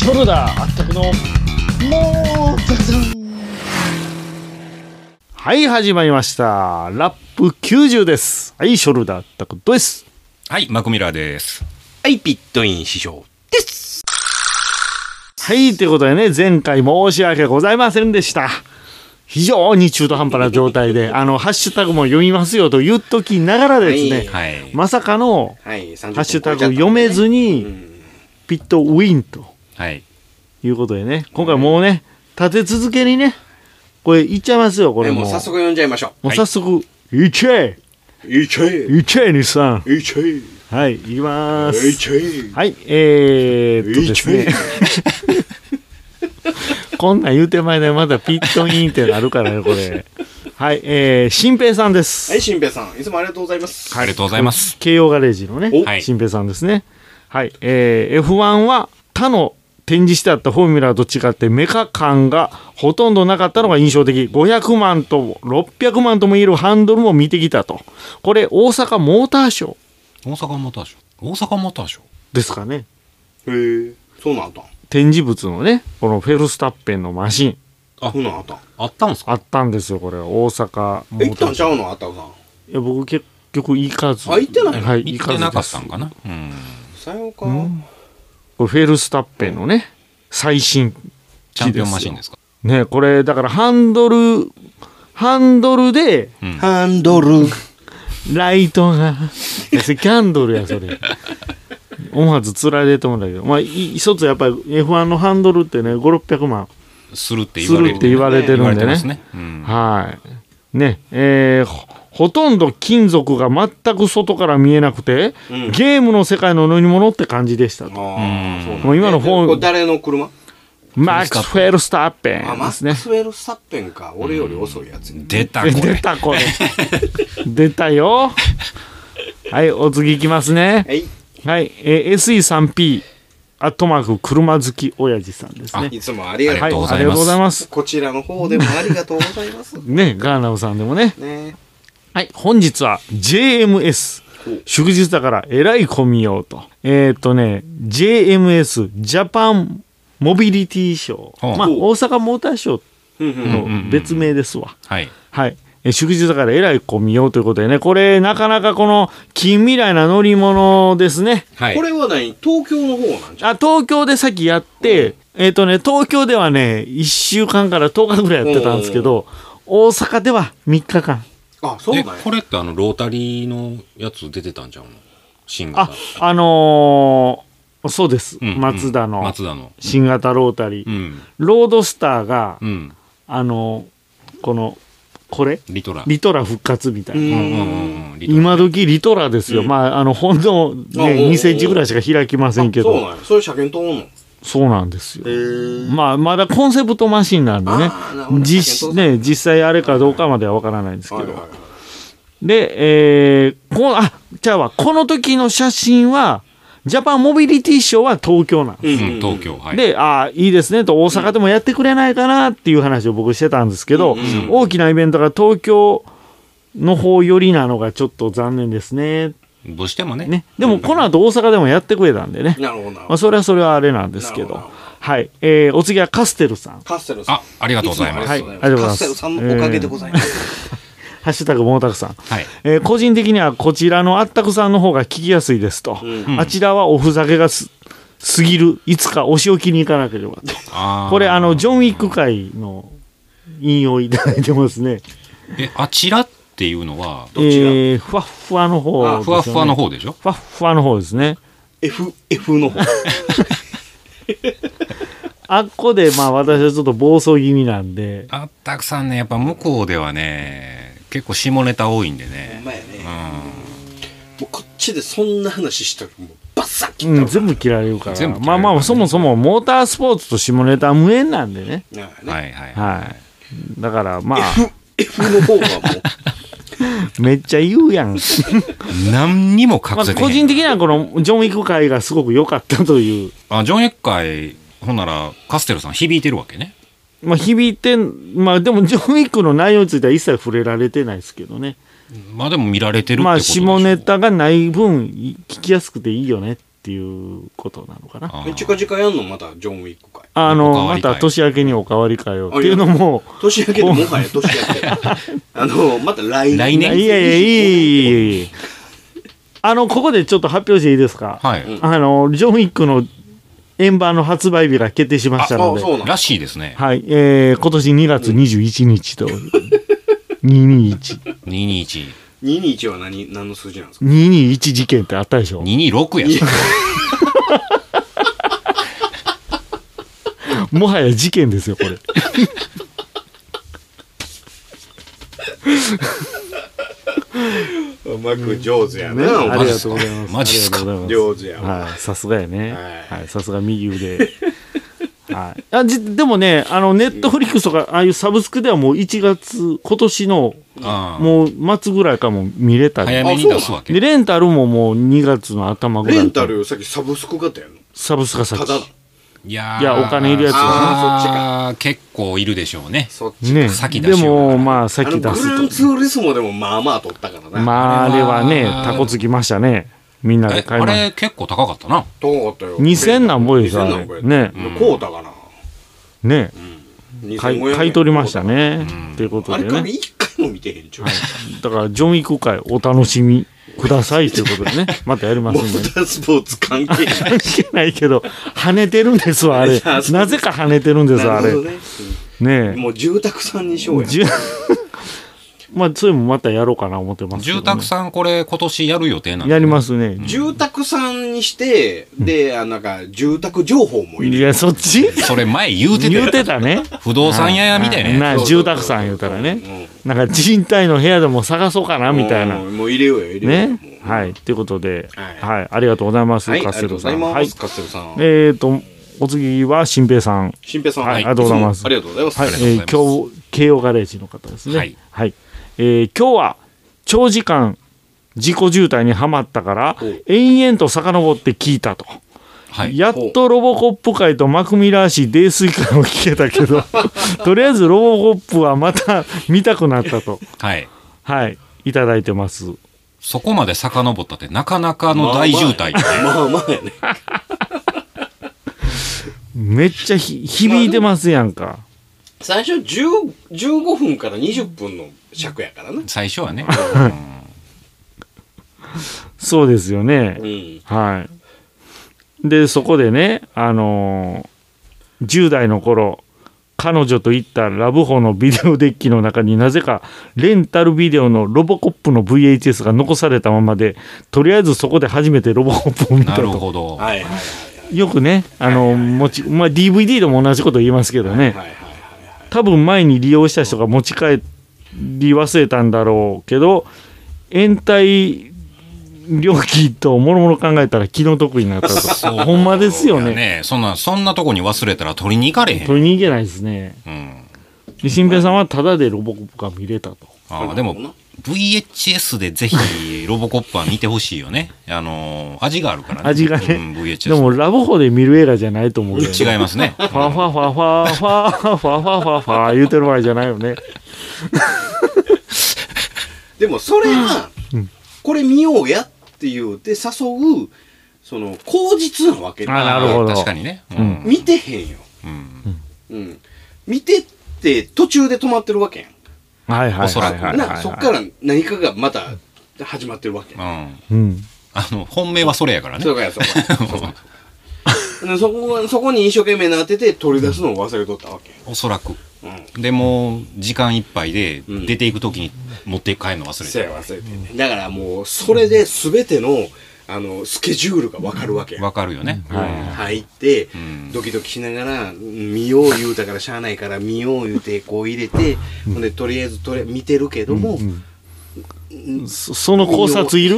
ショルダーあったくのもうたくさん。はい、始まりました。ラップ90です。はい、ショルダーあったくです。 はい、マクミラーです。 はい、ピットイン師匠です。 はい、ということでね、前回申し訳ございませんでした。非常に中途半端な状態でハッシュタグも読みますよと言っときながらですね、 はい、 まさかの、 はい、 ハッシュタグ読めずに、ピットウィンと、 はい、 いうことでね、今回もうね、立て続けにね、これいっちゃいますよ、これもう。 もう早速読んじゃいましょう。 もう早速、いっちゃえいっちゃえいっちゃえ、日産。 いっちゃえはい、いきまーす。 いっちゃえはい、ですね。こんなん言うて前でまだピットインってなるからね、これ。はい、新平さんです。 はい、新平さん、いつもありがとうございます。 ありがとうございます。 慶応ガレージのね、 はい、 新平さんですね。はい、F1 は他の展示してあったフォーミュラーと違ってメカ感がほとんどなかったのが印象的。500万と600万とも言えるハンドルも見てきたと。これ大阪モーターショー。 大阪モーターショー。大阪モーターショーですかね。 へえ、そうなんあったん。 展示物のね、このフェルスタッペンのマシン。 そうなんあったん。 あったんですか。 あったんですよ、これ。大阪モ行ーターショー。 ったんちゃうのあったくさん。 いや、僕結局行かず。 行ってないの。 はい、 行ってなかったんかな。 さようか。 これフェルスタッペンのね、最新チャンピオンマシンですか。 ね、これだからハンドルで、 ハンドル。 ライトが、いやそれキャンドルや、それ。思わずつられてもらうけど、まあ、一つやっぱり F1 のハンドルってね、5、600万するってするって言われてるんでね。 はい。 ね、ほとんど金属が全く外から見えなくて、ゲームの世界の乗り物って感じでしたと。もう今のこれ誰の車？ マックス・フェルスタッペンですね。 マックス・フェルスタッペンか。俺より遅いやつ。 出たこれ。 出たこれ。出たよ。はい、お次いきますね。はい、SE3P アットマーク車好き親父さんですね。 いつもありがとうございます。 ありがとうございます。 こちらの方でもありがとうございます。 ね、ガーナウさんでもね。 ね。 はい、本日は JMS。祝日だからえらい混みようと。JMS ジャパンモビリティショー。まあ、大阪モーターショーの別名ですわ。 はい。 はい。祝日だからえらい混みようということでね、これなかなかこの近未来な乗り物ですね。 はい。これは何？東京の方なんじゃ。 東京で先やって、東京ではね、1週間から10日ぐらいやってたんですけど、大阪では3日間。 そうなんや。 これってロータリーのやつ出てたんちゃうの？新型。 そうです。マツダの新型ロータリー。 ロードスターが、これリトラ復活みたいな。今時リトラですよ。まあ、ほんのね、2センチぐらいしか開きませんけど。 そうなんや。そういう車検通んの？ そうなんですよ。まあ、まだコンセプトマシンなんでね。実際あれかどうかまではわからないんですけど。で、この時の写真は、ジャパンモビリティショーは東京なんです。 東京。はい。 で、いいですねと、大阪でもやってくれないかなっていう話を僕してたんですけど、大きなイベントが東京の方寄りなのがちょっと残念ですね。 どうしてもね。 でも、この後大阪でもやってくれたんでね。 なるほど。 まあ、それはあれなんですけど。はい。お次はカステルさん。 ありがとうございます。 はい。ありがとうございます。 カステルさんのおかげでございます。 ハッシュタグもうたくさん、 はい個人的にはこちらのあったくさんの方が聞きやすいですと、あちらはおふざけが過ぎる、いつかお仕置きに行かなければと。これジョンウィック会の引用いただいてますね。 あちらっていうのはふわっふわの方ですよね。 ふわふわの方でしょ。 ふわっふわの方ですね。 F の方。 あっこでまあ私はちょっと暴走気味なんで。 あったくさんね、やっぱ向こうではね結構下ネタ多いんでね。 ほんまやね。もうこっちでそんな話したらもうバッサッ切った、 全部切られるから。まあまあそもそもモータースポーツと下ネタは無縁なんでね。はい。だからまあ F の方はもうめっちゃ言うやん。 何にも隠せてへん。 個人的にはこのジョンウィック会がすごく良かったという。 ジョンウィック会ほんならカステルさん響いてるわけね。 まあ響いてまあでもジョンウィックの内容については一切触れられてないですけどね。 まあでも見られてるってまあことでしょ。 下ネタがない分聞きやすくていいよねっっていうことなのかな。 あー近々やんのまたジョンウィック会。 おかわまり会た年明けにおかわり会をっていうのも、 年明けでもはや年明け。また来年。 来年いやいや、いい。ここでちょっと発表していいですか。 はい。 ジョンウィックの円盤の発売日が決定しましたので、 そうなんらしいですね。 はい、今年2月21日と、221。 221。 221は何の数字なんですか。 221事件ってあったでしょ。 226や。 もはや事件ですよ、これ。 マック上手やな、お前ありがとうございます。 マジっすかありがとうございます。 上手やわ。 はい、さすがやね。 はいはい、さすが右腕。はい。でもね、ネットフリックスとか、ああいうサブスクではもう1月、今年の、 あーもう末ぐらいからも見れたり。 早めに出すわけ。 で、レンタルももう2月の頭ぐらい。 レンタルさっきサブスク型やの。 サブスクが先。 ただの。 いやいやお金いるやつですねあー結構いるでしょうね。 そっち。 ね。 先出でしようも、まあ、 グ先出ランすツーリスモでもまあまあ取ったからと。 な。 まあ、あれはね、 あれはタコつきましたね。みんなでえ買いましあれ結構高かったな。 遠かったよ。 2000なんぼですよ 2000なんぼやねこうたかな。 た。ね。 2500円買い取りましたね。ということであれからね。 一回も見てへんちょ。 だから、ジョンウィック会お楽しみくださいということでね。またやりますモんでね。 ータースポーツ関係ない。 関係ないけど、跳ねてるんですわ、あれいや。そうなぜか跳ねてるんですわ、あれ。 なるほどね。 ねもう住宅さんにしようや。 じゅまあ、それもまたやろうかな思ってますけどね。 住宅さんこれ今年やる予定なんやりますね。 住宅さんにして、で、なんか、住宅情報も入れる。 いや、そっちそれ前言うてたよ言うてたね。 不動産屋みたいなやなそうそう住宅さん言うたらね。なんか賃貸の部屋でも探そうかなみたいな。 もう入れようよ、入れようよ。 ね。はい。ということで、 はいはい。ありがとうございます。 はい、あカりがとうごステルさん。はいざいます。。カステルさん。 お次は新平さん。 新平さん、 はいありがとうございますつもありがとうございます。 はい。 ありがとうございます今日、慶応ガレージの方ですね。 はい。 はい。今日は長時間自己渋滞にはまったからおう延々と遡って聞いたと。 はい。 やっとロボコップ界とマクミラー氏泥酔会を聞けたけどとりあえずロボコップはまた見たくなったと。 はい。 はい。いただいてます。 そこまで遡ったってなかなかの大渋滞よね。 まあまあやね。 めっちゃ響いてますやんか。 最初15分から20分の尺やからな。 最初はね。 そうですよね。 うん。 はい。で、そこでね、10代の頃、彼女と行ったラブホのビデオデッキの中になぜかレンタルビデオのロボコップの VHS が残されたままで、とりあえずそこで初めてロボコップを見たなると。 ほど。 はいはいはい。 よくね、DVD でも同じこと言いますけどね、 はいはいはい。 多分前に利用した人が持ち帰り忘れたんだろうけど、延滞料金ともろもろ考えたら気の毒になったと。ほんまですよね。 そんなとこに忘れたら取りに行かれへん。 取りに行けないですね。 うん。 で新平さんはタダでロボコップが見れたと。 ああ、でも、VHS でぜひロボコップは見てほしいよね。味があるからね。 味がねうん、VHS。 でもラブホで見る映画じゃないと思うけど、 違いますね。 ファーファーファーファーファーファーファーファーファーファー言うてる場合じゃないよね。 でもそれはうん、 これ見ようやって言うて誘う、その、口実なわけあなるほど確かにね。 うん見てへんよ。 うん。 うん。見てって途中で止まってるわけやん。 はいはいおそらくはいはいはい。 な、そっから何かがまた始まってるわけやん。 うん。 うん。 本命はそれやからね。 そうかや、そうか。でそこに一生懸命なってて取り出すのを忘れとったわけやおそらく。 ん。うん。 でも、時間いっぱいでうん出ていくときに持って帰るの忘れてそうや、忘れてね。だからもう、それで全ての、スケジュールがわかるわけやん。 わかるよね。 入って、 んドキドキしながら、見よう言うたからしゃあないから見よう言うてこう入れて、ほんでとりあえず見てるけども、 その考察いる？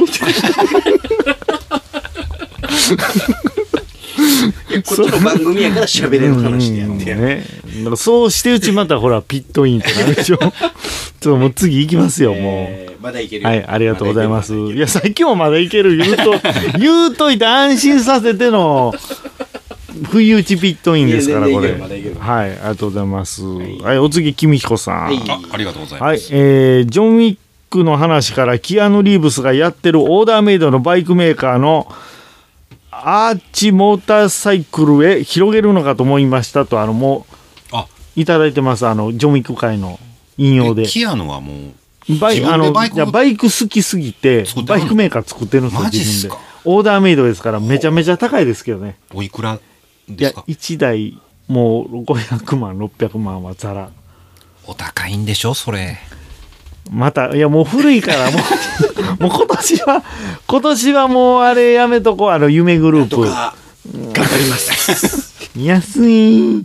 いやこっちの番組やから喋れる話でやってや。 ね。だからそうしてうちまたほらピットインってなるでしょ。ちょっともう次行きますよもう。 まだいけるよ。 はい、ありがとうございます。 まだいや、さっきもまだいける言うといて安心させての、不意打ちピットインですから、 いやこれ。 全然いけるまだいけるはい、ありがとうございます。 いはい、お次、君彦さん。 はいありがとうございはい、 ます。 ジョン・ウィックの話からキアヌ・リーブスがやってるオーダーメイドのバイクメーカーのアーチモーターサイクルへ広げるのかと思いましたともうあいただいてます。ジョミック会の引用で。 キアノはもうバイク好きすぎてバイクメーカー作ってるんですよ。 マジっ自分ですか。 オーダーメイドですからめちゃめちゃ高いですけどね。 おいくらいやですか。 1台もう500万600万はザラ。 お高いんでしょそれ。 またいやもう古いからもうもう今年はもうあれやめとこう。夢グループとか頑張ります安い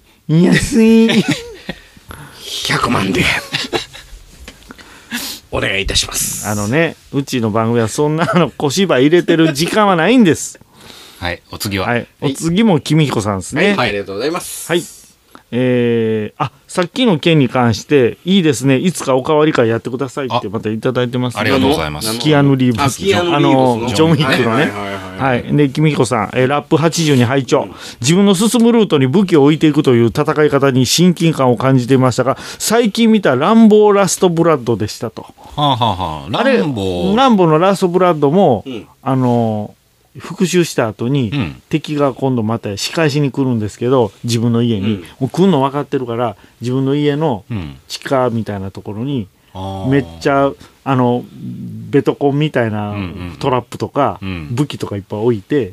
100万でお願いいたします。 うちの番組はそんな小芝居入れてる時間はないんです。 はい、お次は。 はい、お次も君彦さんですね。 はい、ありがとうございます。 はい。さっきの件に関していいですね。いつかおかわり会やってくださいってまたいただいてます、 ありがとうございます。 キアヌ・リーブス。 キアヌリーブスのジョン・ウィックのね。はい。で、君彦さん、ラップ80に拝聴。自分の進むルートに武器を置いていくという戦い方に親近感を感じていましたが、最近見たランボー・ラスト・ブラッドでしたと。 はあはあはあ。ランボのラスト・ブラッドも、復讐した後に、敵が今度また仕返しに来るんですけど自分の家に、もう来るの分かってるから自分の家の地下みたいなところに、めっちゃベトコンみたいなトラップとか、武器とかいっぱい置いて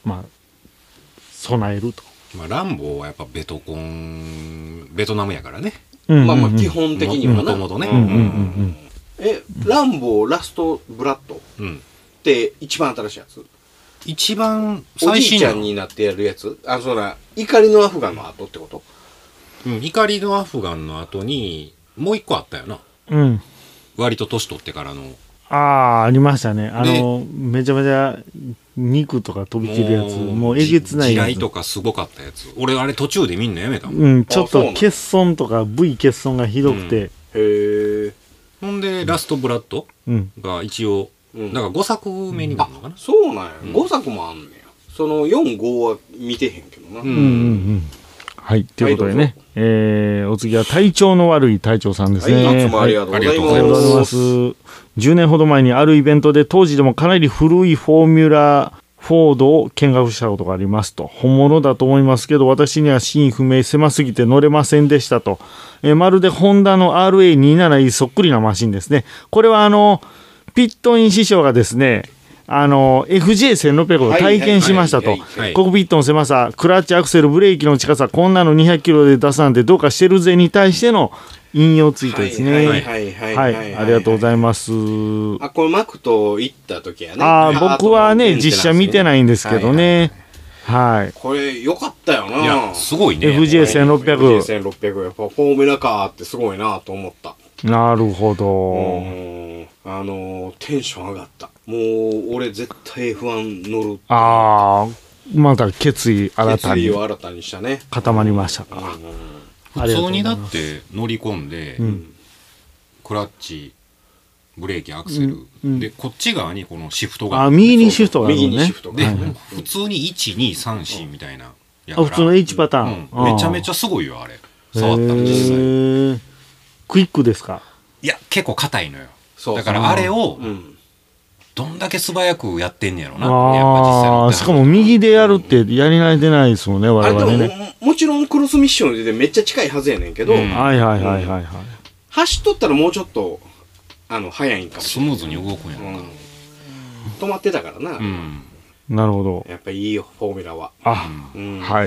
備えると。 ランボーはやっぱベトナムやからね。 基本的にはもともとね。 ランボーラストブラッドって一番新しいやつ。 一番おじいちゃんになってやるやつ。怒りのアフガンの後ってこと。 怒りのアフガンの後にもう一個あったよな。割と年取ってからの。 ありましたね。めちゃめちゃ肉とか飛び散るやつ。もうえげつないやつ。 地雷とかすごかったやつ。俺あれ途中で見んのやめたもん。 ちょっと欠損とか V 欠損がひどくて。 へえ。 ほんでラストブラッドが一応だから5作目になるのかな。 そうなんや。5作もあんねや。その4、5は見てへんけどな。 はい。ということでね、お次は体調の悪い隊長さんですね。 はい、いつもありがとうございます。 10年ほど前にあるイベントで当時でもかなり古いフォーミュラフォードを見学したことがありますと。本物だと思いますけど私には真意不明、狭すぎて乗れませんでしたと。まるでホンダの RA271 そっくりなマシンですね。これはピットイン師匠がですねFJ1600 を体験しましたと。コックピットの狭さ、クラッチアクセルブレーキの近さ、こんなの200キロで出すなんてどうかしてるぜに対しての引用ツイートですね。はい、ありがとうございます。 これマクト行った時やね。 僕はね実写見てないんですけどね。はい。 これ良かったよな。 いやすごいね。 FJ1600。 FJ1600 やっぱフォーミュラカーってすごいなと思った。 なるほど。 テンション上がった。もう俺絶対 F1 乗る。 また決意新たに。 決意を新たにしたね。 固まりましたか。 普通にだって乗り込んで、クラッチブレーキアクセル、でこっち側にこのシフトが右にシフトがあるね。 で普通に1234みたいなやから普通の H パターン、 めちゃめちゃすごいよあれ。触ったら実際クイックですか。 いや結構硬いのよ。だからあれをどんだけ素早くやってんねやろな。やっぱ実際のしかも右でやるってやり慣れてないですもんね我々ね。 もちろんクロスミッションでめっちゃ近いはずやねんけど、走っとったらもうちょっと速いんかもしれない。 スムーズに動くんやろな。 止まってたからな。 なるほど。 やっぱいいよフォーミュラは。 はい。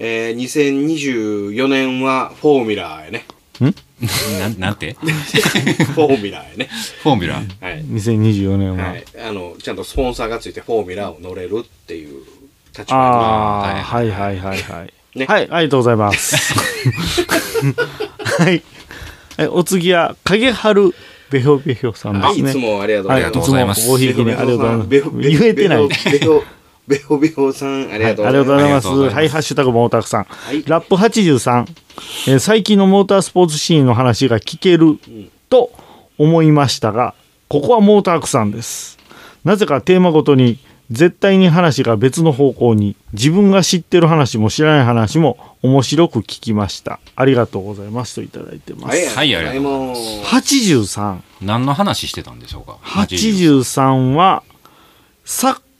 2024年はフォーミュラーやね。 なんてフォーミュラーやね。 フォーミュラー。はい。 2024年は。 ちゃんとスポンサーがついてフォーミュラーを乗れるっていう立場はい。はい、ありがとうございます。はい。お次は影春ベホベホさんですね。 いつもありがとうございます。 いつもございます。 ごひいきにありがとうございます。言えてない。 ベホベホさんありがとうございます。 ありがとうございます。はい、ハッシュタグモータークさん。ラップ83、最近のモータースポーツシーンの話が聞けると思いましたが、ここはモータークさんです。なぜかテーマごとに絶対に話が別の方向に、自分が知ってる話も知らない話も面白く聞きました。ありがとうございますといただいてます。 はい、ありがとうございます。 83。 何の話してたんでしょうか。 83は昨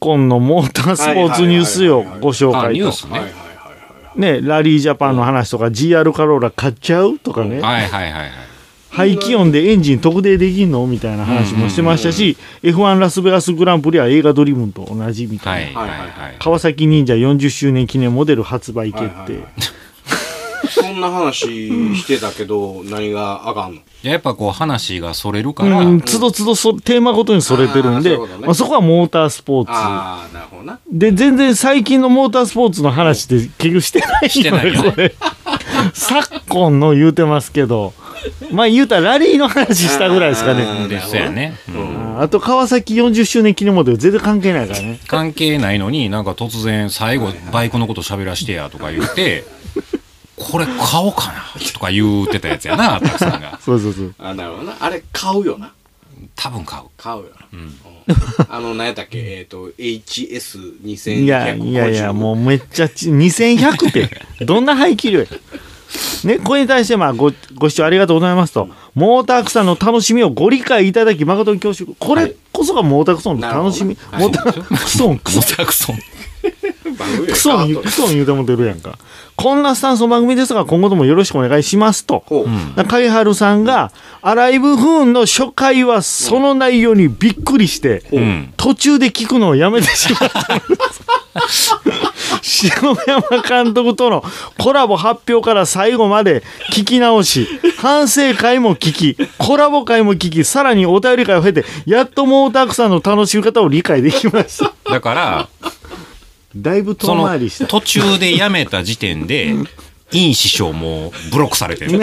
今のモータースポーツニュースをご紹介と。 ニュースね。 ね、ラリージャパンの話とか、GR カローラ買っちゃうとかね。 はいはいはいはい。 排気音でエンジン特定できんのみたいな話もしてましたし、F1 ラスベガスグランプリは映画ドリブンと同じみたいな。 はいはいはいはい。 川崎忍者40周年記念モデル発売決定。 そんな話してたけど、何があかんの？ やっぱこう話がそれるから、 つどつどテーマごとにそれてるんで、そこはモータースポーツ。 ああ、なるほどな。 で、全然最近のモータースポーツの話って結局してないしてないよねこれ。昨今の言うてますけど、まあ言うたらラリーの話したぐらいですかね。 ですよね。 あと川崎40周年記念モデル全然関係ないからね。 関係ないのになんか突然最後バイクのこと喋らしてやとか言ってこれ買おうかなとか言うてたやつやなたくさんが。 そうそうそう。 あ、なるほどな。あれ買うよな。 多分買う。 買うよな。 うん。 何やったっけHS2150。 いやいや、もうめっちゃ2100ってどんな排気量や。ね、これに対してご視聴ありがとうございますと、モータークソンの楽しみをご理解いただき誠に恐縮。これこそがモータークソンの楽しみ。モータークソンモータークソンクソン言うても出るやんか。こんなスタンスの番組ですが今後ともよろしくお願いしますと。影春さんがアライブフーンの初回はその内容にびっくりして、途中で聞くのをやめてしまったんです篠山監督とのコラボ発表から最後まで聞き直し、反省会も聞き、コラボ会も聞き、さらにお便り会を経てやっとモータークさんの楽しみ方を理解できました。 だからだいぶ遠回りした。 途中でやめた時点でイン師匠もブロックされてる。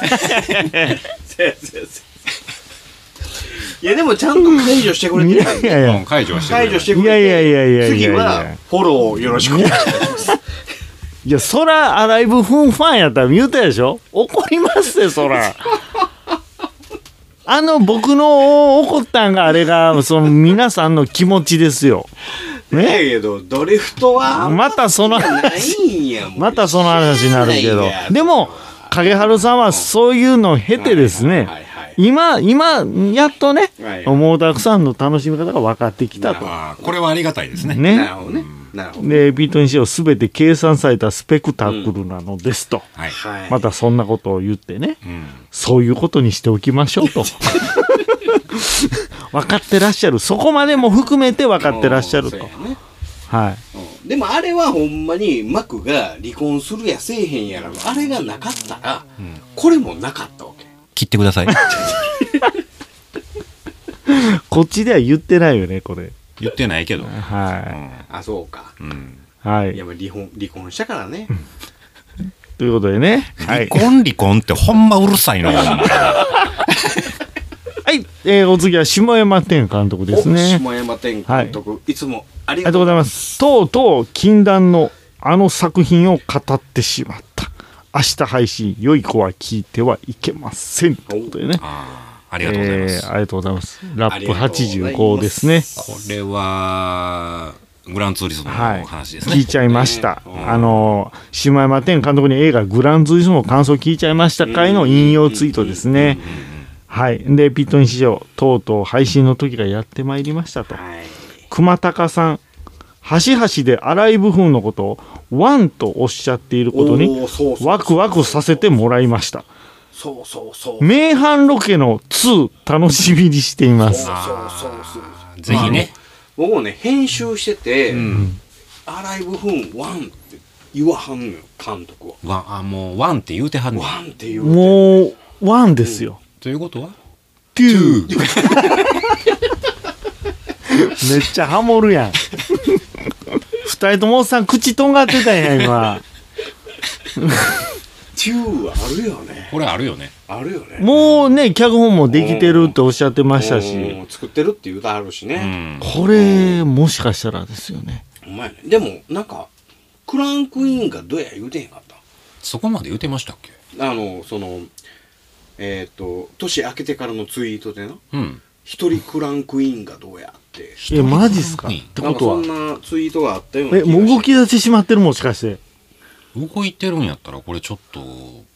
いやでもちゃんと解除してくれてる。 いやいや解除はして解除してくれて。 いや次はフォローよろしくお願いします。 いやそらアライブフンファンやったら言うたでしょ。怒りますよそら。僕の怒ったんがあれがその皆さんの気持ちですよ。 ねえけどドリフトはまたその話になるけど、でも影春さんはそういうのを経てですね、今やっとね、モータークさんの楽しみ方が分かってきたと。 これはありがたいですね。 なるほどね。 でビートにしよう全て計算されたスペクタクルなのですと、またそんなことを言ってね、そういうことにしておきましょうと。分かってらっしゃる、そこまでも含めて分かってらっしゃると。はい。 でもあれはほんまにマクが離婚するやせえへんやらあれがなかったら、これもなかったわけ。 切ってください。 こっちでは言ってないよねこれ。 言ってないけど。 はい。 あ、そうか。 はい。 いや離婚したからね。 ということでね。 離婚ってほんまうるさいのよ。 はい、お次は下山天監督ですね。 下山天監督、いつもありがとうございます。とうとう禁断のあの作品を語ってしまった。明日配信、良い子は聞いてはいけません。ということでね。 ありがとうございます。 ありがとうございます。ラップ85ですね。 これはグランツーリスモの話ですね。 聞いちゃいました。下山天監督に映画グランツーリスモの感想聞いちゃいました回の引用ツイートですね。はい、でピットイン史上とうとう配信の時がやってまいりましたと。熊高さん、端々でアライブフンのことをワンとおっしゃっていることにワクワクさせてもらいました。名阪ロケの2楽しみにしています。 ぜひね。 僕もね編集してて、アライブフン1って言わはんのよ監督は。 もう1って言うてはんの。 1って言うて。 もう1ですよ。 ということは 2。めっちゃハモるやん。二人ともおっさん口とんがってたんや今。 2あるよね。 これあるよね。 あるよね。 もうね脚本もできてるっておっしゃってましたし、 作ってるって言うたあるしね。 これもしかしたらですよね。 お前ね。でもなんかクランクインがどうや言うてへんかった。 そこまで言うてましたっけ。 年明けてからのツイートでな、一人クランクインがどうやって。 マジっすか。ってことはそんなツイートがあったような気がもう動き出してしまってるもしかして。 動いてるんやったらこれちょっと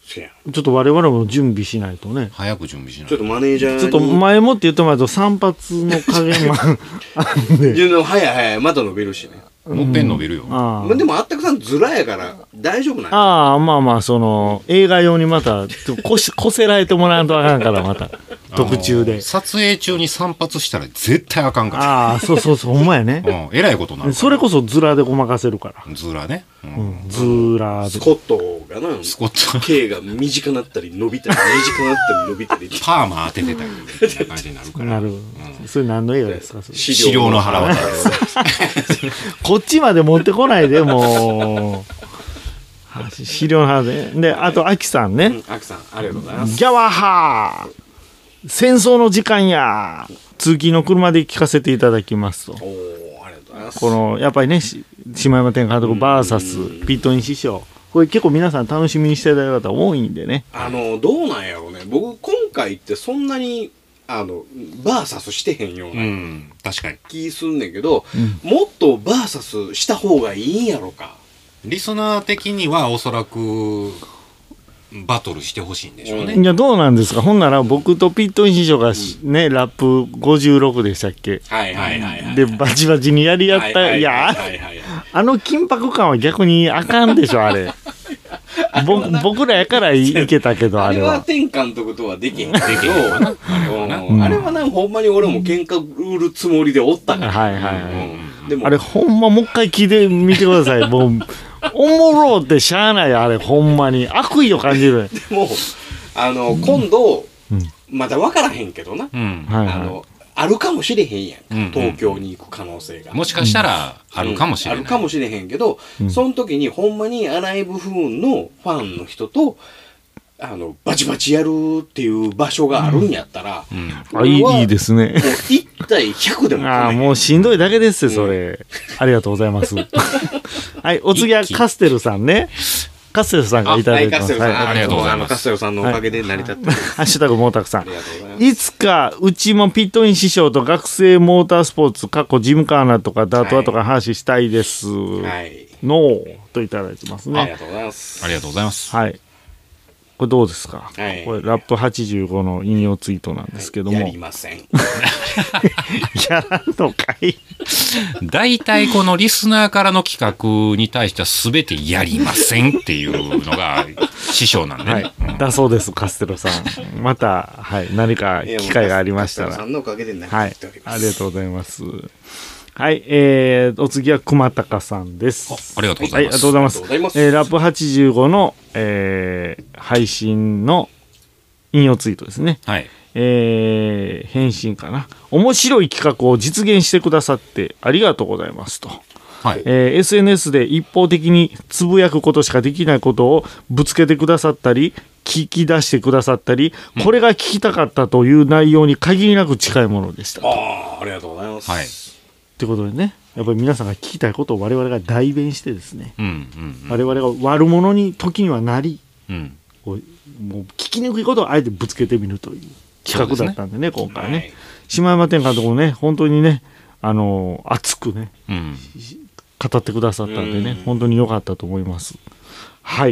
せやちょっと我々も準備しないとね。 早く準備しないちょっとマネージャーにちょっと前もって言ってもらうと散髪の加減もあるんで。 早いまた伸びるしね。 もっぺん伸びるよ。 あでもあったくさんズラやから大丈夫なんああ、まあまあ、その、映画用にまた、こせられてもらわんとあかんから、また、特注で。 撮影中に散髪したら絶対あかんから。 ああ、そうそうそう、ほんまやね。 えらいことなる。 それこそズラでごまかせるから。 ズラね。 ズラで。 スコットがな、 スコット。 毛が短なったり伸びたり、短なったり伸びたり。 パーマ当ててたり、みたいな感じになるから。 なる。それ何の映画ですか、それ。 資料の腹渡です。 こっちまで持ってこないで、もう。資料の腹で。で、あと、アキさんね。 アキさん、ありがとうございます。 ギャワハー戦争の時間や通勤の車で聞かせていただきますと。 おー、ありがとうございます。 この、やっぱりね、島山天監督 VS ピットイン師匠。これ結構皆さん楽しみにしていただいた方多いんでね。 どうなんやろうね。僕、今回ってそんなに、バーサスしてへんような確かに気すんねんけど、もっとバーサスした方がいいんやろか。 リスナー的にはおそらくバトルしてほしいんでしょうね。 いや、どうなんですか。ほんなら僕とピットイン師匠がね、ラップ56でしたっけ。 はいはいはいはい。 で、バチバチにやり合った。いや、あの緊迫感は逆にあかんでしょ、あれ。僕らやからいけたけど、あれは。 あれは天監督とはできへんけど、あれはな、ほんまに俺も喧嘩売るつもりでおったから。 はいはいはい。 でもあれほんまもう一回聞いてみてください。もう、おもろってしゃあない、あれほんまに。悪意を感じる。 でも、今度、まだ分からへんけどな。あるかもしれへんやん。東京に行く可能性が。 もしかしたらあるかもしれない。 あるかもしれへんけど、その時にほんまにアライブフーンのファンの人と、バチバチやるっていう場所があるんやったら、 いいですね。 もう1対100でもああ、もうしんどいだけですよ、それ。ありがとうございます。はい、お次はカステルさんね。カステルさんがいただいてます。 ありがとうございます。 カステルさんのおかげで成り立ってる。 ハッシュタグモータクさん。いつかうちもピットイン師匠と学生モータースポーツ、過去ジムカーナとかダートワとか話したいです。のといただいてますね。 ありがとうございます。 ありがとうございます。 はい。これどうですか、これラップ85の引用ツイートなんですけども。 やりません。 やらんのかい。 大体このリスナーからの企画に対しては全てやりませんっていうのが師匠なんでね。 だそうです、カステロさん。また、はい、何か機会がありましたら。 カステロさんのおかげで成り立っております。 ありがとうございます。はい、お次は熊高さんです。 ありがとうございます。 ありがとうございます。ラップ85の、配信の引用ツイートですね。 はい。 返信かな。面白い企画を実現してくださってありがとうございますと。はい。SNS で一方的につぶやくことしかできないことをぶつけてくださったり、聞き出してくださったり、これが聞きたかったという内容に限りなく近いものでしたと。 ありがとうございます。 はい。 ということでね、やっぱり皆さんが聞きたいことを我々が代弁してですね、我々が悪者に時にはなり、もう聞きにくいことをあえてぶつけてみるという企画だったんでね、今回ね。島山天監督もね、本当にね、熱くね、語ってくださったんでね、本当に良かったと思います。はい。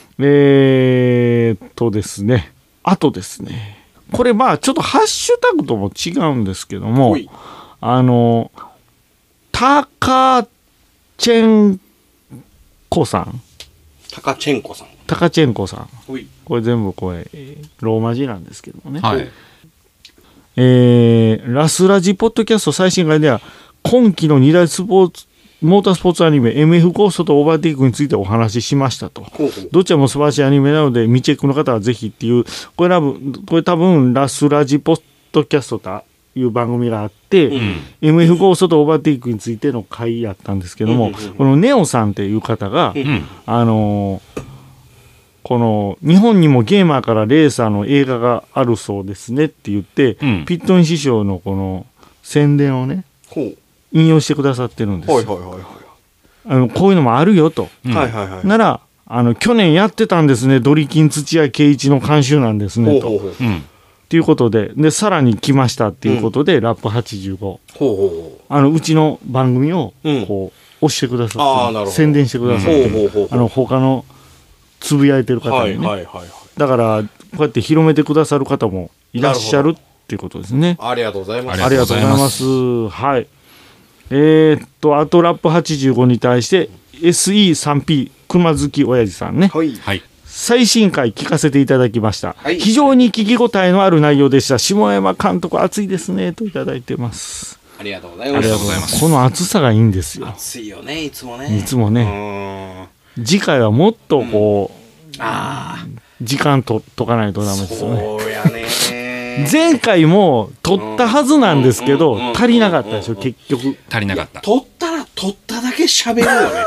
ですね、あとですね、これまあちょっとハッシュタグとも違うんですけども、タカチェンコさん。 タカチェンコさん。 タカチェンコさん。これ全部これ、ローマ字なんですけどもね。はい。ラスラジポッドキャスト最新回では、今期の2大モータースポーツアニメ MF ゴーストとオーバーテイクについてお話ししましたと。どちらも素晴らしいアニメなので、未チェックの方はぜひっていう、これ多分ラスラジポッドキャストという番組があって、MF ゴーストとオーバーテイクについての回やったんですけども、このネオさんっていう方が、この日本にもゲーマーからレーサーの映画があるそうですねって言って、ピットイン師匠のこの宣伝をね、引用してくださってるんですよ。こういうのもあるよと。なら去年やってたんですね、ドリキン土屋圭一の監修なんですねと。っていうことで、さらに来ましたっていうことで、ラップ85。うちの番組をこう押してくださって、宣伝してくださって、他のつぶやいてる方でね、 はいはいはいはい。 だからこうやって広めてくださる方もいらっしゃるっていうことですね。 ありがとうございます。 ありがとうございます。はい。あとラップ85に対して SE3P 熊好き親父さんね。 はい。 はい。 最新回聞かせていただきました、 はい非常に聞き応えのある内容でした。下山監督熱いですねといただいてます。 ありがとうございます。 ありがとうございます。 この熱さがいいんですよ。 暑いよね、いつもね。 いつもね。 ね。 次回はもっとこう、 あ時間とかないとダあ、 メですよね。 そうやね。 前回も取ったはずなんですけど、 うん足りなかったでしょ結局。 足りなかった。 取ったら取っただけ喋るよね。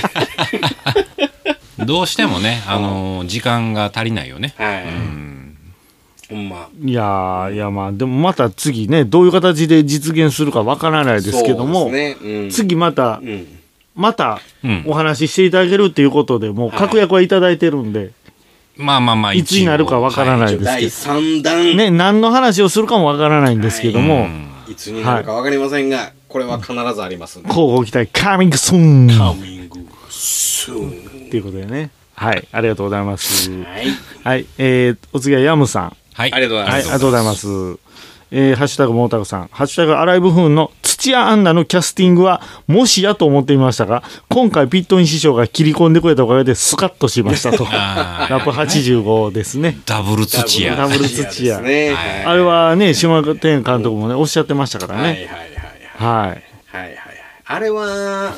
どうしてもね、時間が足りないよね。 はい。 うん。 ほんま。 いやまあでもまた次ねどういう形で実現するかわからないですけども、 そうですね。うん。 次またうん。 うんお話ししていただけるっていうことでもう確約はいただいてるんで、 まあまあまあ、 いつになるかわからないです第け 3弾。 ど、ね何の話をするかもわからないんですけども、 いつになるかわかりませんが、これは必ずありますんで。 こうご期待カミングスーンカミングスーン。 っていうことでね、はいありがとうございます。 はい。 はいお次はヤムさん、 はい。 ありがとうございますはいありがとうございます。ハッシュタグモータグさん、ハッシュタグアライブフーンの土屋アンナのキャスティングはもしやと思っていましたが、今回ピットイン師匠が切り込んでくれたおかげでスカッとしましたと。 あーラップ85ですね。 ダブル土屋。 ダブル土屋ですね。 はいあれはね、島天監督もね、おっしゃってましたからね。 はいはいはいはい。 はい。 はいはいはい。あれは、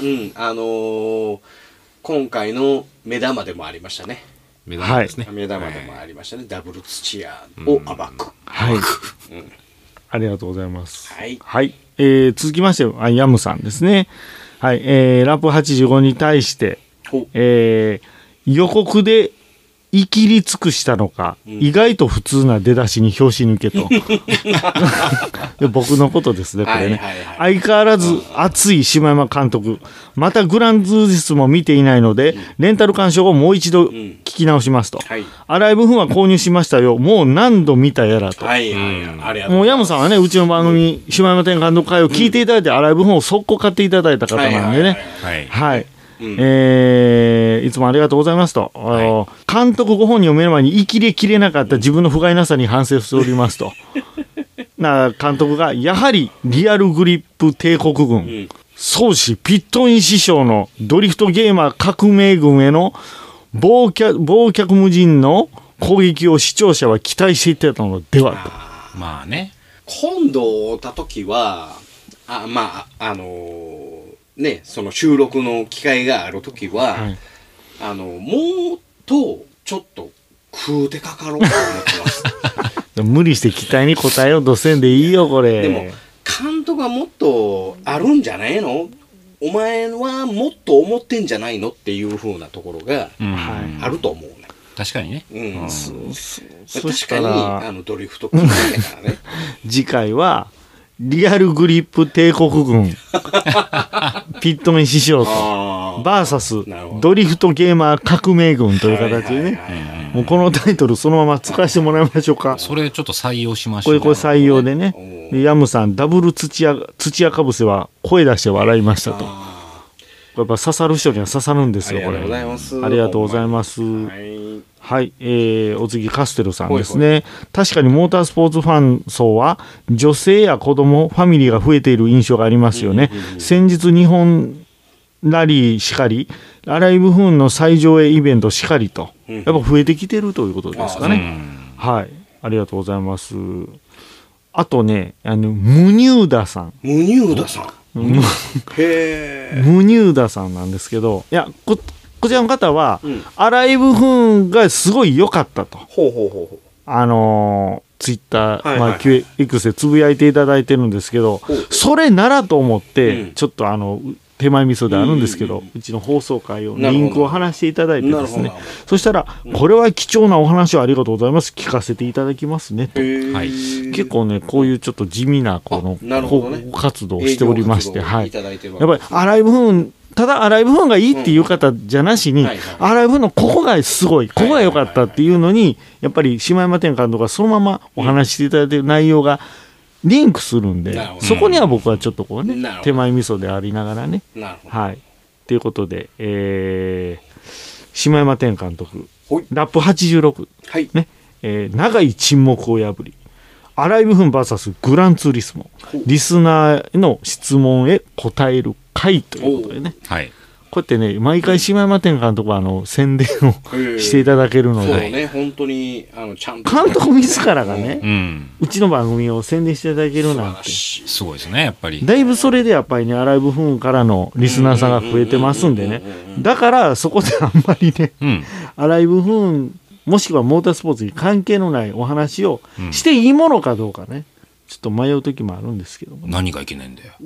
今回の目玉でもありましたね。 目玉ですね。 目玉でもありましたね。ダブル土屋を暴く。 はい。ありがとうございます。 はい。 はい。続きまして、ヤムさんですね。はい。ラップ85に対して、 ほ予告でいきり尽くしたのか、意外と普通な出だしに拍子抜けと。で僕のことですね、これね。 はいはいはい相変わらず熱い島山監督。またグランツーリスも見ていないので、レンタル鑑賞後もう一度聞き直しますと。 はい。 アライブフンは購入しましたよ。もう何度見たやらと。 はいはいはい。ありがとうもうございます。 ヤムさんはね、うちの番組、島山天監督会を聞いていただいて、アライブフンを速攻買っていただいた方なんでね。 はい。 はい。 うんいつもありがとうございますと、監督ご本人を目の前に言い切れきれなかった自分の不甲斐なさに反省しておりますと監督がやはりリアルグリップ帝国軍、宗師ピットイン師匠のドリフトゲーマー革命軍への忘却無尽の攻撃を視聴者は期待していたのではと。 まあね。 今度会った時は、ね、その収録の機会がある時は、 はいもっとちょっと食うてかかろうと思ってます。 無理して期待に応えようとせんでいいよこれ。 でも監督はもっとあるんじゃないの、お前はもっと思ってんじゃないのっていう風なところがうんはいあると思うね。 確かにね。 うん、 そ確かしたらにドリフト組んでからね。 次回はリアルグリップ帝国軍ピットメン師匠とあバーサスなるほどドリフトゲーマー革命軍という形でね、 はいはいはいはいもうこのタイトルそのまま使わせてもらいましょうか。 それちょっと採用しましょう。 これ採用でね。 おでヤムさんダブル土屋かぶせは声出して笑いましたと。 あやっぱ刺さる人には刺さるんですよこれ。 ありがとうございます。 ありがとうございます。 はい。 はい、お次カステルさんですね。確かにモータースポーツファン層は女性や子供ファミリーが増えている印象がありますよね。先日日本ラリーしかりアライブフーンの最上映イベントしかりとやっぱ増えてきてるということですかうね。 ん。 はい、ありがとうございます。あとねムニューダさんムニューダさん。へえ。 ムニューダさんなんですけど、いやこちらの方は、 うんアライブフーンがすごい良かったと。 ほうほうほうほう。 ツイッター、 はいはいはい X でつぶやいていただいてるんですけど、 ほうそれならと思って、 うんちょっと手前味噌であるんですけど、 うんうちの放送回をなるほどリンクを貼らせていただいてですねなるほど。 そしたら、これは貴重なお話をありがとうございます聞かせていただきますねと。 はい結構ねこういうちょっと地味なこのあなるほどね広告活動をしておりまして、はいいただいてるわやっぱりアライブフーンただアライブフーンがいいっていう方じゃなしに、 はいはいアライブフーンのここがすごいここが良かったっていうのにやっぱり島山天監督がそのままお話ししていただいている内容がリンクするんで、 なるほどそこには僕はちょっとこうねなるほど手前味噌でありながらねなるほど。 はいということで、島山天監督ほいラップ86、 はい。 ね長い沈黙を破りアライブフン VS グランツーリスモリスナーへの質問へ答える会ということでね、 はい。 こうやってね毎回島山天監督は宣伝をしていただけるので、 そうね、本当にちゃんと監督自らがね、 うん。 うちの番組を宣伝していただけるなんてすごいですね、やっぱり。 だいぶそれでやっぱりねアライブフーンからのリスナーさんが増えてますんでね、だからそこであんまりねうん。 アライブフーンもしくはモータースポーツに関係のないお話をしていいものかどうかねちょっと迷う時もあるんですけども、 何がいけないんだよ。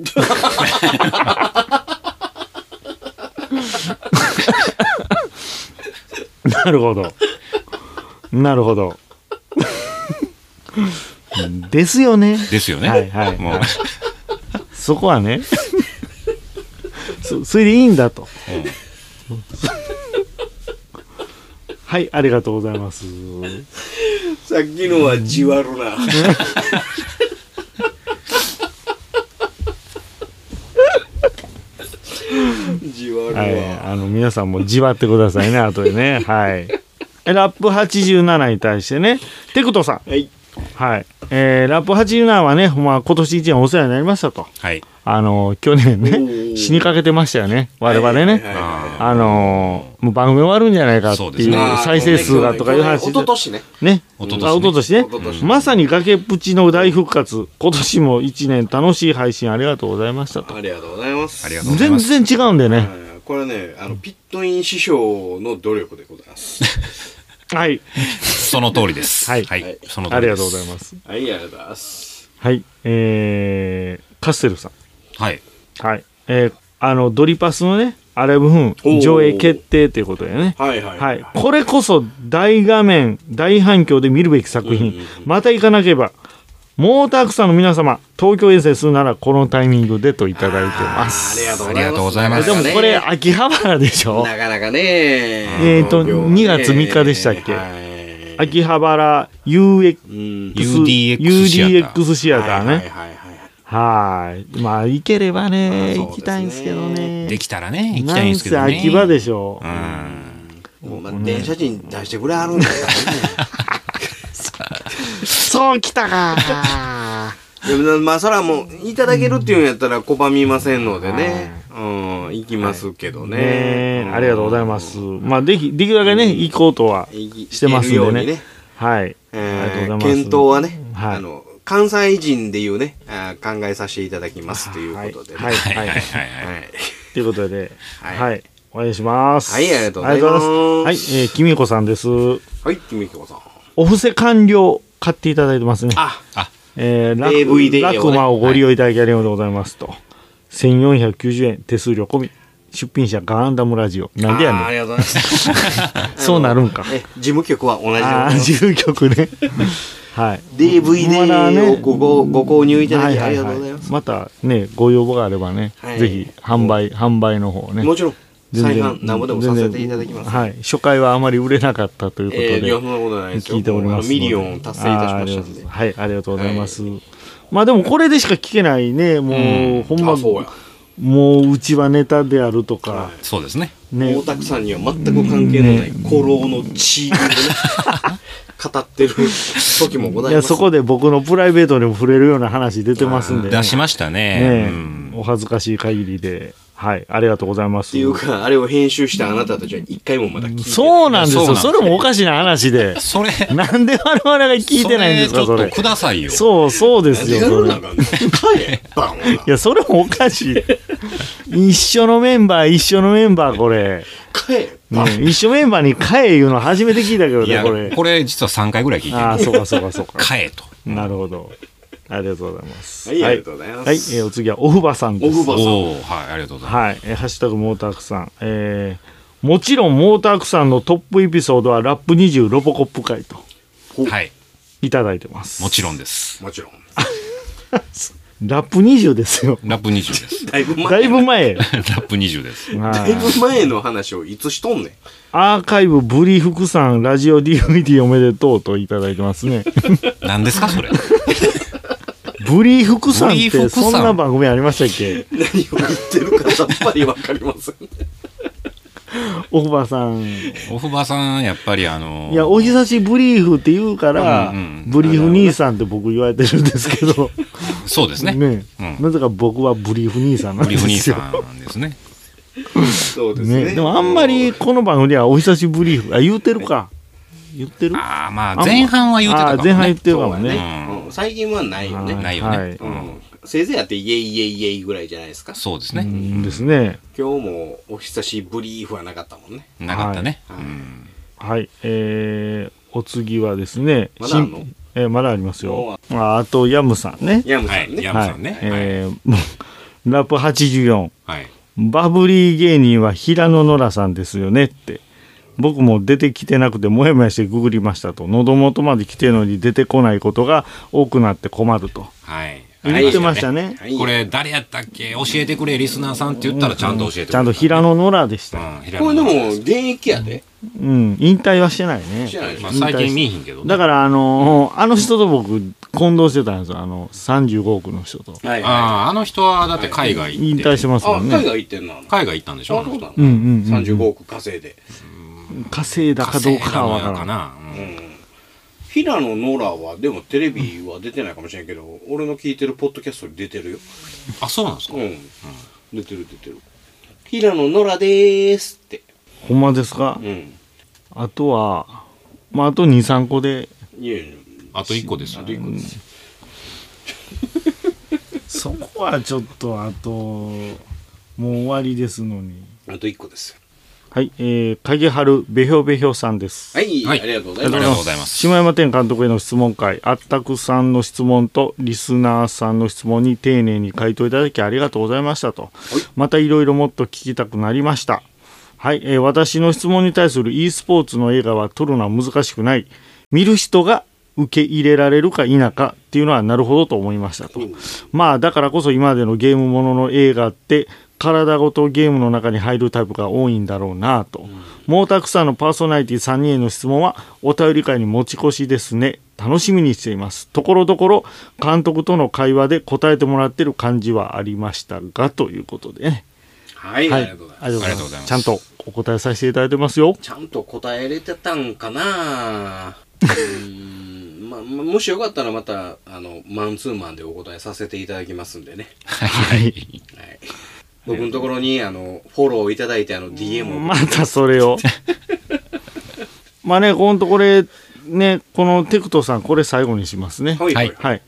なるほどなるほどですよねですよね。 はいはいもう。 そこはねそれでいいんだとはいありがとうございますさっきのはじわるな。じわるわ。 はい皆さんもじわってくださいね後でねはいラップ87に対してねテクトさんはい。 はいラップ87はね、まあ、今年1年お世話になりましたとはい。 去年ねー死にかけてましたよね我々ね、 はいはいはいもう番組終わるんじゃないかっていうそうですね再生数がとかいう話一昨年ね。 ね一昨年ね一昨年ね一昨年まさに崖っぷちの大復活今年も1年楽しい配信ありがとうございましたとありがとうございます。 ありがとうござい全ます。 然違うんでねはいこれね、ピットイン師匠の努力でございます。 はいその通りです。 はいはい。その通りです。 ありがとうございますはい、ありがとうございます。 はいカステルさんはい。 はいドリパスのねアライブフおーン上映決定ということでねはいはいはい、これこそ大画面大反響で見るべき作品、また行かなければモータークさんの皆様東京遠征するならこのタイミングでといただいてますありがとうありがとうございますでもこれ秋葉原でしょなかなかね。 2月3日でしたっけはい秋葉原 UX うん。 UDX シアターねはいはいはいはいまあ行ければね、 まあそうですね行きたいんですけどねできたらね、行きたいんですけどね。 なんせ秋葉でしょ、 うん。 もうまあ電車賃出してくれはるんだからね。 そうきたかでもまあそれはもういただけるっていうんやったら拒みませんのでね、行きますけどね。 ねありがとうございますまあできるだけね行こうとはしてますんでね行けるようにね。 はいありがとうございます検討はね、 はい関西人でいうね、考えさせていただきますということでね。 はいはいはいはいはい。 ということでははいいお願いしますはいありがとうございますありがとうございますはいきみこさんですはい、きみこさん。 お布施完了買っていただいてますねあ、 あ、 ラ DVD をねクマをご利用いただきありがとうございますと1490円手数料込み出品者ガンダムラジオなんでやねありがとうございます。 そうなるんか事務局は同じでございんます。 自由曲ねはい DVD をご購入いただきありはいはいはがとうございます。 またねご要望があればね、 はいぜひ販売の方をねもちろん、 全然再販、なんぼでもさせていただきます。 はい初回はあまり売れなかったということで、 いや、そんなことないですよ。 聞いておりますのでミリオン達成いたしましたんで。 はいありがとうございます、まあでもこれでしか聞けないねもう、ほんまあ、そうや。 もううちはネタであるとか、 そうですね。 ね大田区さんには全く関係のない古老の地位をね、語ってる時もございます。 いやそこで僕のプライベートにも触れるような話出てますんで、 出しましたね。 ねうんお恥ずかしい限りではいありがとうございますっていうか、あれを編集したあなたたちは一回もまだ聞いてない。 そうなんですよそうなんですよそれもおかしな話でそれ、 なんで我々が聞いてないんですかそれそれちょっとくださいよ。 そうですよそれなんか帰れバンいやそれもおかしい一緒のメンバーこれ、 帰れバンね、一緒メンバーに買えいうの初めて聞いたけどいや、 ねこれこれ実は3回ぐらい聞いてる。 ああそうか買えと。 なるほどありがとうございますはい、ありがとうございます。 はい、お次はおふばさんですおふばさんおおはい、ありがとうございまはい、ハッシュタグモータークさん、もちろんモータークさんのトップエピソードはラップ20ロボコップ会とす。はい、 いただいてますもちろんです。 もちろん。 ラップ20ですよラップ20です。 だいぶ前。 だいぶ前ラップ20です。 はいだいぶ前の話をいつしとんねん。 アーカイブブリフクさんラジオ DVD おめでとうといただいてますね何ですかそれ。 ブリフクさんっブリフクさんてそんな番組ありましたっけ何を言ってるかさっぱりわかりません。 おふばさん。 おふばさんやっぱりいや、お久しぶりーふって言うから、ブリーフ兄さんって僕言われてるんですけど。 そうですね。 ね、なぜか僕はブリーフ兄さんなんですよ。 ブリーフ兄さんですね。 そうですね。 でもあんまりこの番組ではお久しぶりーふ、言うてるか。言ってる？ まあ前半は言うてたかもね。 前半言ってるかもね。 最近はないよね。 ないよね。 せいぜいやってイエイイエイイエイぐらいじゃないですか。 そうですね。 ですね。 今日もお久しぶりーふはなかったもんね。 なかったね。 はい。お次はですね。 まだあんの？ まだありますよ。あとヤムさんね。 ヤムさんね。 ヤムさんね。 ラップ84。 はい。 バブリー芸人は平野ノラさんですよねって。僕も出てきてなくてもやもやしてググりましたと。喉元まで来てるのに出てこないことが多くなって困ると。 はい。 言ってましたね。 これ誰やったっけ、教えてくれリスナーさんって言ったらちゃんと教えてくれる。 ちゃんと平野ノラでした。 これでも現役やで。 引退はしてないね。 最近見えへんけどね。 だからあの人と僕混同してたんですよ。35億の人と。 あの人はだって海外行って引退してますもんね。 海外行ってんの？ 海外行ったんでしょ。 35億稼いで。 稼いだかどうかはわからない。 平野ノラはでもテレビは出てないかもしれんけど、俺の聞いてるポッドキャストに出てるよ。 あ、そうなんですか。 出てる。平野ノラでーすって。 ほんまですか？あとはあと 2,3 個で。 いやあと1個ですよ。 そこはちょっともう終わりですのに。 あと1個ですよ。 はい、影春べひょべひょさんです。 はい、ありがとうございます。 下山天監督への質問会、あったくさんの質問とリスナーさんの質問に丁寧に回答いただきありがとうございましたと。またいろいろもっと聞きたくなりました。はい、私の質問に対する e スポーツの映画は撮るのは難しくない。見る人が受け入れられるか否かっていうのはなるほどと思いましたと。まあだからこそ今までのゲームものの映画って体ごとゲームの中に入るタイプが多いんだろうなと。モータークサのパーソナリティ3人への質問はお便り会に持ち越しですね。楽しみにしています。ところどころ監督との会話で答えてもらってる感じはありましたがということでね。 はい、ありがとうございます。 ちゃんとお答えさせていただいてますよ。 ちゃんと答えれてたんかなもしよかったらまたマンツーマンでお答えさせていただきますんでね。 はい。 僕のところにフォローいただいてDM をまたそれをまあね、ほんとこれね、このテクトさんこれ最後にしますね。 はい、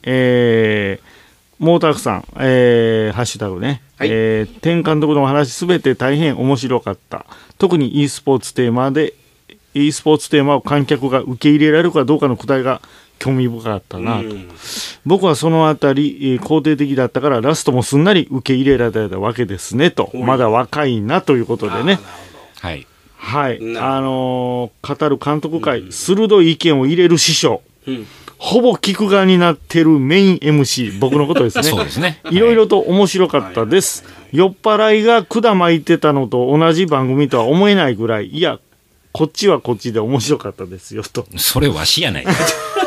モータークさん、ハッシュタグね、天監督のお話すべて大変面白かった。特に e スポーツテーマを観客が受け入れられるかどうかの答えが興味深かったなと。僕はそのあたり、肯定的だったからラストもすんなり受け入れられたわけですねと。まだ若いなということでね。はい。語る監督会、鋭い意見を入れる師匠、ほぼ聞く側になってるメイン MC、僕のことですね。 そうですね。 いろいろと面白かったです。酔っ払いが管巻いてたのと同じ番組とは思えないぐらい、いや、こっちはこっちで面白かったですよと。 それわしやないか。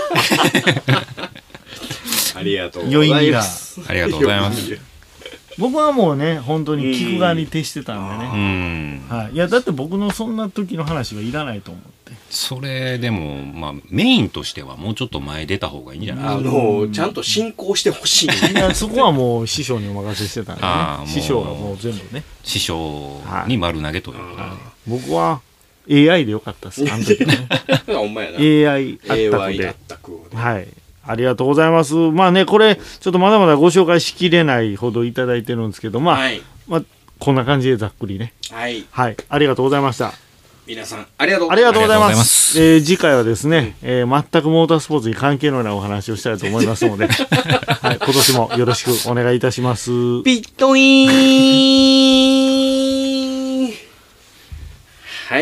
ありがとうございます。 ありがとうございます。 僕はもうね、本当に聞く側に徹してたんでね。はい。いや、だって僕のそんな時の話はいらないと思って。 それでも、メインとしてはもうちょっと前出た方がいいんじゃないちゃんと進行してほしい。 いや、そこはもう師匠にお任せしてたんでね。師匠がもう全部ね。 師匠に丸投げという。 僕は AI でよかったです、あの時ね。 ほんまやな。 AI あったくで。はい。ありがとうございます。まあね、これ、ちょっとまだまだご紹介しきれないほどいただいてるんですけど、こんな感じでざっくりね。はい。ありがとうございました。 皆さん、ありがとうございます。次回はですね、全くモータースポーツに関係のないお話をしたいと思いますので、はい、今年もよろしくお願いいたします。 ピットイーンはい。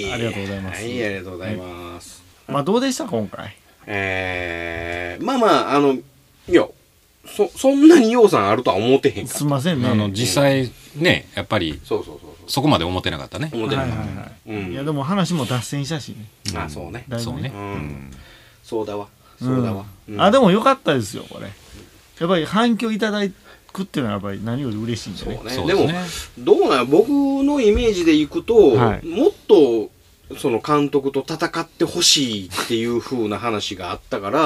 ありがとうございます。 はい、ありがとうございます。 まあ、どうでした今回。 いや、そんなに要素あるとは思ってへんから。 すみませんね。 実際ね、やっぱり、そこまで思ってなかったね。 思ってなかった。 いや、でも話も脱線したしね。 そうね。 そうね。 そうだわ。そうだわ。 でもよかったですよ、これ。やっぱり反響いただくっていうのはやっぱり何より嬉しいんでね。 そうね。でもどうなん僕のイメージでいくと、 はい、 もっとその監督と戦ってほしいっていう風な話があったから、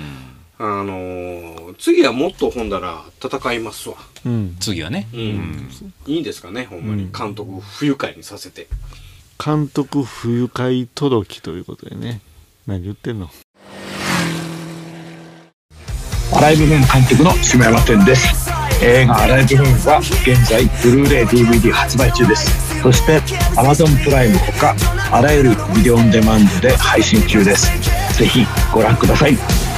次はもっとほんだら戦いますわ。 次はね、 いいんですかね、ほんまに監督不愉快にさせて。 監督不愉快届きということでね。何言ってんの。 アライブフーン監督の下山天です。映画アライブフーンは現在ブルーレイ DVD 発売中です。そして Amazon プライムほかあらゆるビデオオンデマンドで配信中です。ぜひご覧ください。